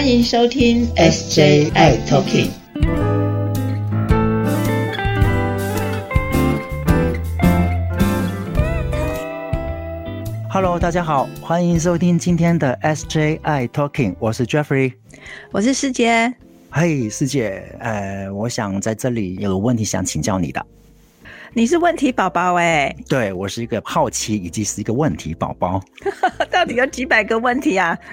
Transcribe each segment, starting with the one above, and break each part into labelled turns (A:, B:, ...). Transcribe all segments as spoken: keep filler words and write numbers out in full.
A: 欢迎收听 S J I Talking。Hello，
B: 大家好，欢迎收听今天的 S J I Talking， 我是 Jeffrey，
C: 我是师姐。
B: 嘿，师姐，呃，我想在这里有个问题想请教你的。
C: 你是问题宝宝哎？
B: 对，我是一个好奇以及是一个问题宝宝。
C: 到底有几百个问题啊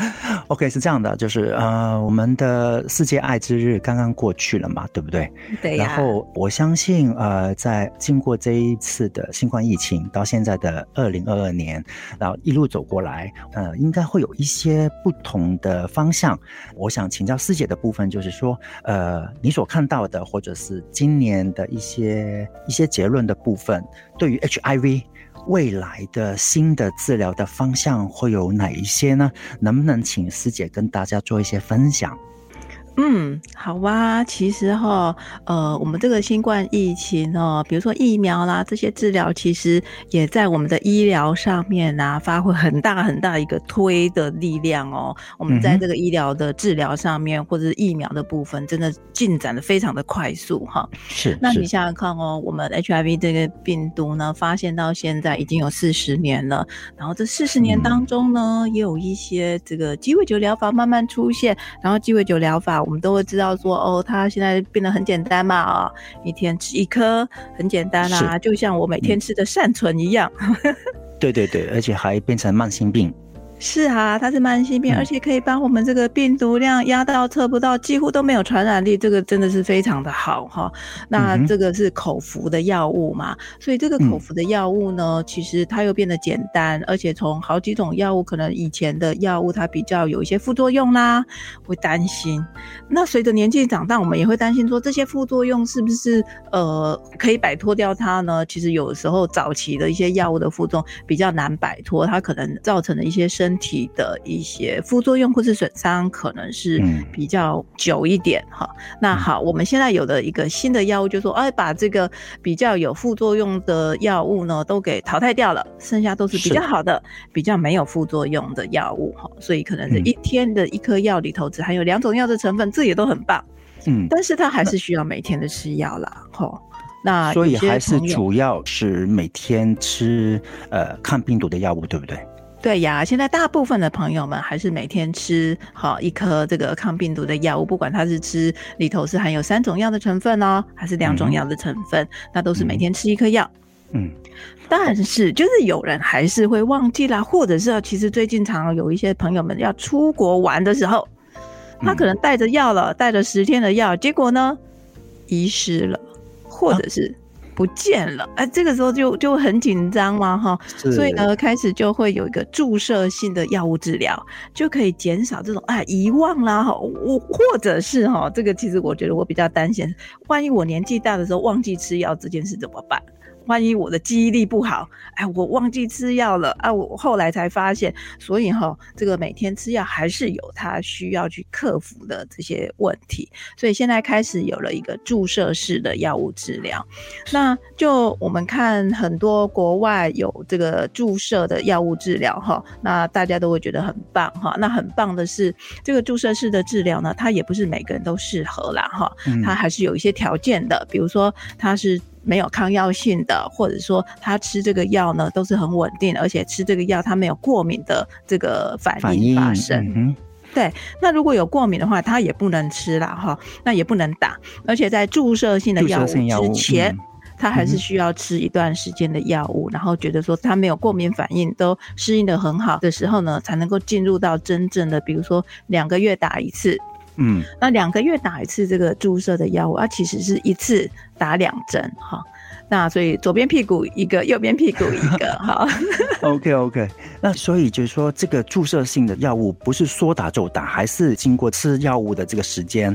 B: ？OK， 是这样的，就是呃，我们的世界爱之日刚刚过去了嘛，对不对？
C: 对呀。
B: 然后我相信，呃，在经过这一次的新冠疫情到现在的二零二二年，然后一路走过来，呃，应该会有一些不同的方向。我想请教师姐的部分，就是说，呃，你所看到的，或者是今年的一些一些结论的部分，对于 H I V 未来的新的治疗的方向会有哪一些呢？能不能请师姐跟大家做一些分享？
C: 嗯，好啊。其实哈，呃，我们这个新冠疫情哦，比如说疫苗啦，这些治疗其实也在我们的医疗上面啊，发挥很大很大一个推的力量哦。我们在这个医疗的治疗上面，嗯、或者是疫苗的部分，真的进展的非常的快速哈。
B: 是，
C: 那你想想看哦，我们 H I V 这个病毒呢，发现到现在已经有四十年了，然后这四十年当中呢，嗯、也有一些这个鸡尾酒疗法慢慢出现，然后鸡尾酒疗法。我们都会知道说，哦，它现在变得很简单嘛，哦，一天吃一颗，很简单啊，就像我每天吃的善存一样。嗯、
B: 对对对，而且还变成慢性病。
C: 是啊，它是慢性病，嗯、而且可以帮我们这个病毒量压到测不到，几乎都没有传染力，这个真的是非常的好哈。那这个是口服的药物嘛，所以这个口服的药物呢，嗯、其实它又变得简单，而且从好几种药物，可能以前的药物它比较有一些副作用啦，会担心。那随着年纪长大，我们也会担心说这些副作用是不是呃可以摆脱掉它呢？其实有时候早期的一些药物的副作用比较难摆脱，它可能造成的一些身体的一些副作用或是损伤可能是比较久一点哈。嗯、那好，我们现在有的一个新的药物，就说哎，把这个比较有副作用的药物呢都给淘汰掉了，剩下都是比较好的、比较没有副作用的药物哈。所以可能是一天的一颗药里头只含有两种药的成分，这也都很棒。嗯，但是它还是需要每天的吃药啦，吼。那
B: 所以还是主要是每天吃呃抗病毒的药物，对不对？
C: 对呀，现在大部分的朋友们还是每天吃好一颗这个抗病毒的药物，不管它是吃里头是含有三种药的成分哦，还是两种药的成分，嗯、那都是每天吃一颗药。嗯，但是就是有人还是会忘记啦，或者是其实最近常有一些朋友们要出国玩的时候，他可能带着药了，带着十天的药，结果呢遗失了，或者是不见了，哎，这个时候就就很紧张嘛，哈，所以呢，开始就会有一个注射性的药物治疗，就可以减少这种哎遗忘啦，哈，我或者是哈，这个其实我觉得我比较担心，万一我年纪大的时候忘记吃药这件事怎么办？万一我的记忆力不好，哎，我忘记吃药了啊！我后来才发现，所以哈，这个每天吃药还是有它需要去克服的这些问题。所以现在开始有了一个注射式的药物治疗。那就我们看很多国外有这个注射的药物治疗哈，那大家都会觉得很棒哈。那很棒的是，这个注射式的治疗呢，它也不是每个人都适合啦哈，它还是有一些条件的，比如说它是没有抗药性的，或者说他吃这个药呢都是很稳定，而且吃这个药他没有过敏的这个反应发生。嗯、对，那如果有过敏的话，他也不能吃啦哈，那也不能打，而且在注射性的药物之前，嗯、他还是需要吃一段时间的药物，嗯、然后觉得说他没有过敏反应，都适应得很好的时候呢，才能够进入到真正的，比如说两个月打一次。嗯，那两个月打一次这个注射的药物啊，其实是一次打两针哈。那所以左边屁股一个，右边屁股一个哈。
B: OK OK， 那所以就是说，这个注射性的药物不是说打就打，还是经过吃药物的这个时间，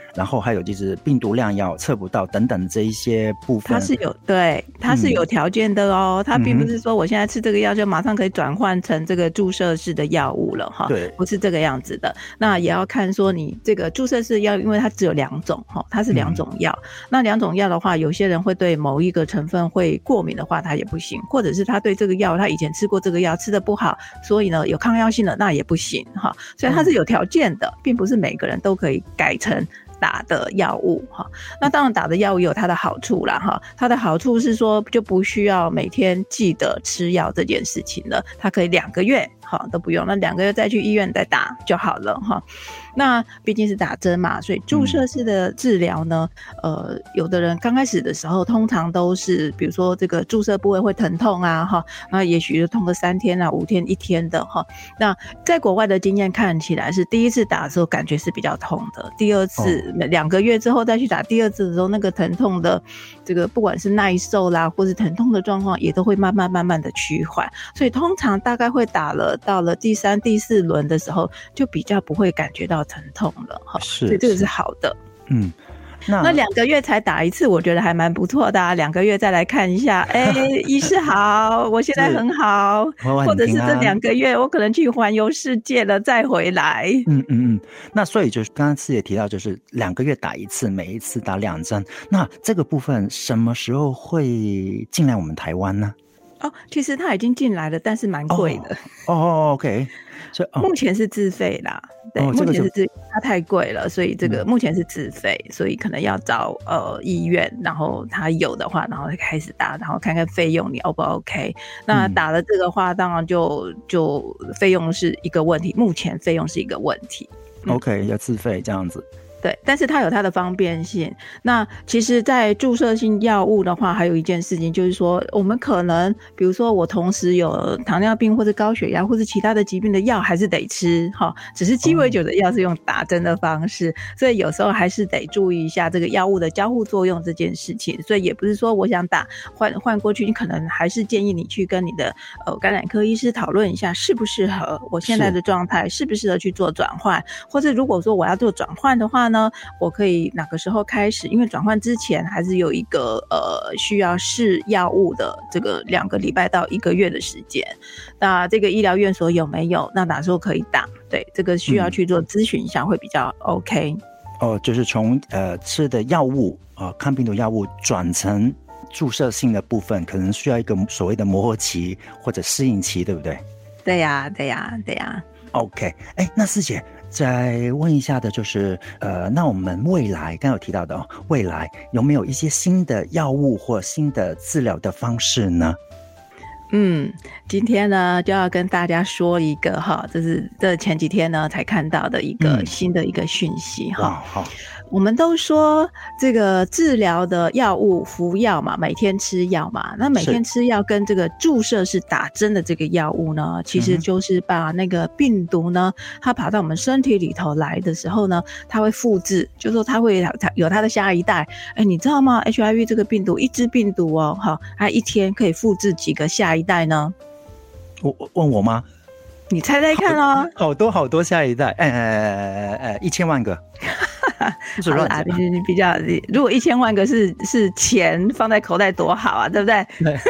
B: 然后还有就是病毒量要测不到等等这一些部分，
C: 它是有对，它是有条件的哦，嗯、它并不是说我现在吃这个药就马上可以转换成这个注射式的药物了哈，
B: 对，
C: 不是这个样子的。那也要看说你这个注射式药，因为它只有两种哈，它是两种药、嗯，那两种药的话，有些人会对某一个成分会过敏的话，它也不行，或者是他对这个药他以前吃过这个药吃的不好，所以呢有抗药性的那也不行哈，所以它是有条件的，并不是每个人都可以改成打的药物哈。那当然打的药物有它的好处啦哈，它的好处是说就不需要每天记得吃药这件事情了，它可以两个月哈都不用，那两个月再去医院再打就好了哈。那毕竟是打针嘛，所以注射式的治疗呢、嗯、呃，有的人刚开始的时候通常都是比如说这个注射部位会疼痛啊哈，那也许就痛个三天啊五天一天的哈。那在国外的经验看起来是第一次打的时候感觉是比较痛的，第二次两、哦、个月之后再去打第二次的时候，那个疼痛的这个不管是耐受啦或是疼痛的状况也都会慢慢慢慢的趋缓，所以通常大概会打了到了第三第四轮的时候就比较不会感觉到疼痛了哈，所以这个是好的。嗯，那那两个月才打一次，我觉得还蛮不错的啊。两个月再来看一下，哎，医师好，我现在很好，或者是这两个月我可能去环游世界了，再回来。嗯
B: 嗯嗯。那所以就是刚刚师姐提到，就是两个月打一次，每一次打两针。那这个部分什么时候会进来我们台湾呢？
C: 哦，其实它已经进来了，但是蛮贵的。
B: 哦哦 ，OK。
C: 所以、哦、目前是自费啦，对，哦、目前是自费，它太贵了，所以这个目前是自费，嗯、所以可能要找呃医院，然后他有的话，然后开始打，然后看看费用你 O 不 OK。那打了这个话，当然就就费用是一个问题，目前费用是一个问题。
B: 嗯、OK， 要自费这样子。
C: 对，但是它有它的方便性。那其实在注射性药物的话，还有一件事情就是说，我们可能比如说我同时有糖尿病或者高血压或者其他的疾病的药还是得吃齁，只是鸡尾酒的药是用打针的方式、哦、所以有时候还是得注意一下这个药物的交互作用这件事情。所以也不是说我想打换换过去，你可能还是建议你去跟你的呃感染科医师讨论一下适不适合我现在的状态，适不适合去做转换，或者如果说我要做转换的话呢，我可以哪个时候开始，因为转换之前还是有一个呃需要试药物的这个两个礼拜到一个月的时间，那这个医疗院所有没有，那哪时候可以打，对，这个需要去做咨询一下会比较 OK、嗯、
B: 哦，就是从呃吃的药物呃抗病毒药物转成注射性的部分，可能需要一个所谓的磨合期或者适应期，对不对？
C: 对呀、啊、对呀、啊、对呀、啊、
B: OK。 哎，那师姐再问一下的就是呃，那我们未来刚有提到的、哦、未来有没有一些新的药物或新的治疗的方式呢？
C: 嗯，今天呢就要跟大家说一个哈，这是这前几天呢才看到的一个新的一个讯息哈、嗯。好，我们都说这个治疗的药物服药嘛，每天吃药嘛，那每天吃药跟这个注射是打针的这个药物呢，其实就是把那个病毒呢，它跑到我们身体里头来的时候呢，它会复制，就是说它会有它的下一代。哎，你知道吗 ？H I V 这个病毒，一只病毒哦，哈，它一天可以复制几个下一代呢？
B: 我问我吗？
C: 你猜猜看哦。
B: 好, 好多好多下一代，哎哎哎，一千万个。
C: 好啦，你比较，如果一千万个是是钱放在口袋多好啊，对不对？对。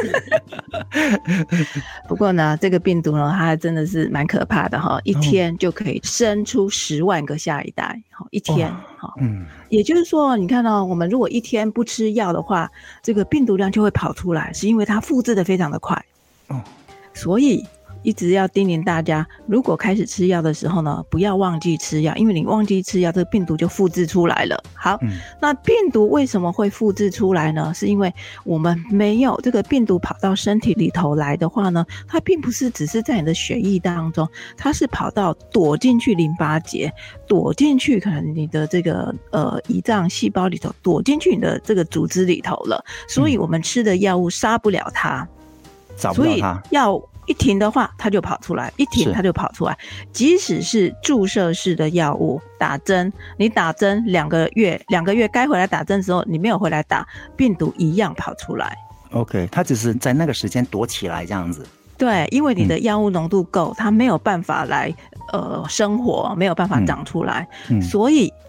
C: 不过呢，这个病毒呢，它真的是蛮可怕的哈，一天就可以生出十万个下一代，一天。哦、嗯，也就是说，你看哦，我们如果一天不吃药的话，这个病毒量就会跑出来，是因为它复制的非常的快。哦，所以一直要叮咛大家，如果开始吃药的时候呢，不要忘记吃药，因为你忘记吃药，这个病毒就复制出来了。好、嗯、那病毒为什么会复制出来呢？是因为我们没有这个病毒跑到身体里头来的话呢，它并不是只是在你的血液当中，它是跑到躲进去淋巴结，躲进去可能你的这个呃胰脏细胞里头，躲进去你的这个组织里头了，所以我们吃的药物杀不了它，
B: 找不到它，
C: 所以要一停的话它就跑出来，一停它就跑出来。即使是注射式的药物打针，你打针两个月两个月该回来打针的时候你没有回来打，病毒一样跑出来。
B: OK， 它只是在那个时间躲起来这样子。
C: 对，因为你的药物浓度够、嗯、它没有办法来呃生活，没有办法长出来、嗯、所以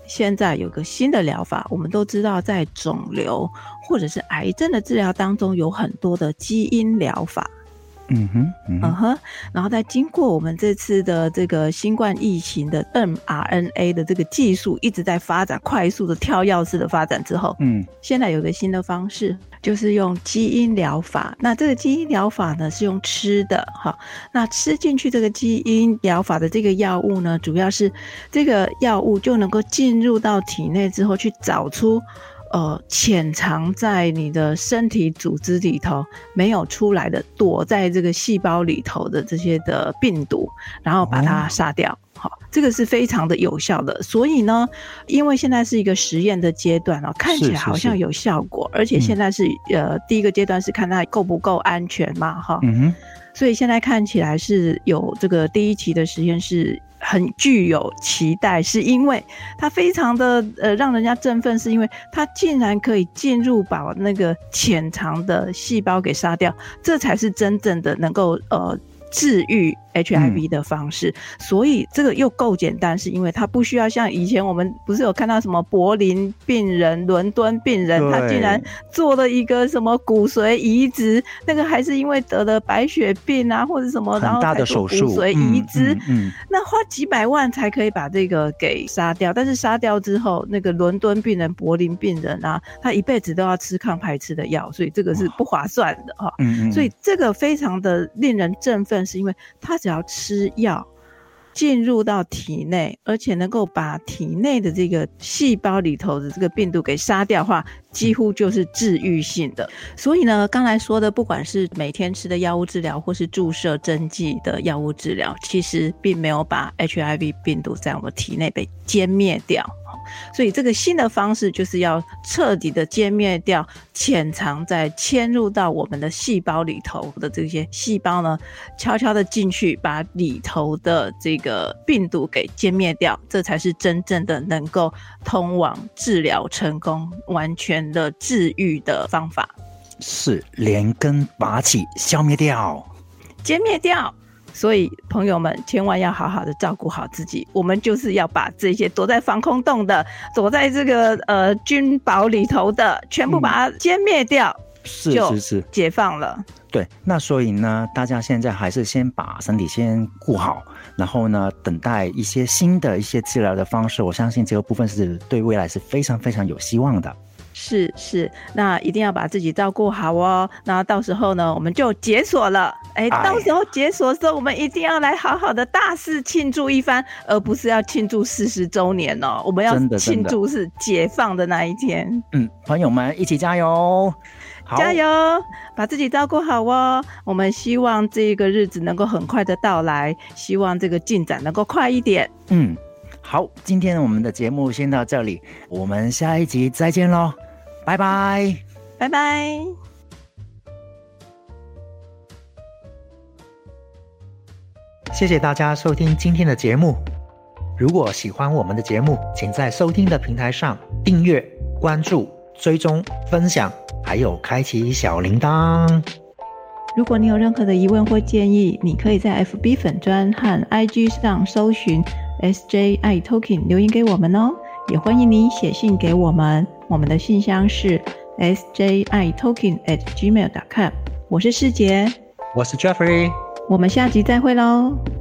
C: 现在有个新的疗法，我们都知道在肿瘤或者是癌症的治疗当中有很多的基因疗法。
B: 嗯哼，嗯哼，
C: uh huh, 然后在经过我们这次的这个新冠疫情的 M R N A 的这个技术一直在发展，快速的跳跃式的发展之后，嗯，现在有个新的方式，就是用基因疗法。那这个基因疗法呢是用吃的，好，那吃进去这个基因疗法的这个药物呢，主要是这个药物就能够进入到体内之后去找出呃，潜藏在你的身体组织里头没有出来的，躲在这个细胞里头的这些的病毒，然后把它杀掉。好、哦，这个是非常的有效的。所以呢，因为现在是一个实验的阶段哦，看起来好像有效果，是是是，而且现在是、嗯、呃第一个阶段是看它够不够安全嘛，哈、哦。嗯哼。所以现在看起来是有这个第一期的实验是很具有期待，是因为它非常的呃让人家振奋，是因为它竟然可以进入把那个潜藏的细胞给杀掉，这才是真正的能够呃治愈 H I V 的方式、嗯、所以这个又够简单，是因为它不需要像以前我们不是有看到什么柏林病人、伦敦病人，他竟然做了一个什么骨髓移植，那个还是因为得了白血病啊或者什么，然后才做骨髓移植、嗯嗯嗯、那花几百万才可以把这个给杀掉，但是杀掉之后那个伦敦病人、柏林病人啊，他一辈子都要吃抗排斥的药，所以这个是不划算的、哦嗯嗯、所以这个非常的令人振奋，是因为他只要吃药进入到体内，而且能够把体内的这个细胞里头的这个病毒给杀掉的话，几乎就是治愈性的。所以呢，刚才说的不管是每天吃的药物治疗或是注射针剂的药物治疗，其实并没有把 H I V 病毒在我们体内被歼灭掉，所以这个新的方式就是要彻底的歼灭掉潜藏在嵌入到我们的细胞里头的这些细胞呢，悄悄的进去把里头的这个病毒给歼灭掉，这才是真正的能够通往治疗成功完全的治愈的方法，
B: 是连根拔起，消灭掉，
C: 歼灭掉。所以朋友们千万要好好的照顾好自己，我们就是要把这些躲在防空洞的，躲在这个呃军堡里头的全部把它歼灭掉、嗯、是是是，解放了。
B: 对，那所以呢大家现在还是先把身体先顾好，然后呢等待一些新的一些治疗的方式，我相信这个部分是对未来是非常非常有希望的。
C: 是是，那一定要把自己照顾好哦。那到时候呢，我们就解锁了。哎，到时候解锁的时候，我们一定要来好好的大肆庆祝一番，而不是要庆祝四十周年哦。我们要庆祝是解放的那一天。
B: 嗯，朋友们一起加油！
C: 加油，把自己照顾好哦。我们希望这个日子能够很快的到来，希望这个进展能够快一点。
B: 嗯，好，今天我们的节目先到这里，我们下一集再见咯，拜拜，
C: 拜拜。
A: 谢谢大家收听今天的节目。如果喜欢我们的节目，请在收听的平台上订阅、关注、追踪、分享，还有开启小铃铛。
C: 如果你有任何的疑问或建议，你可以在 F B 粉专和 I G 上搜寻 S J I Talking 留言给我们哦。也欢迎你写信给我们，我们的信箱是 S J I Talking at gmail dot com。 我是世杰，
A: 我是 Jeffrey，
C: 我们下集再会咯。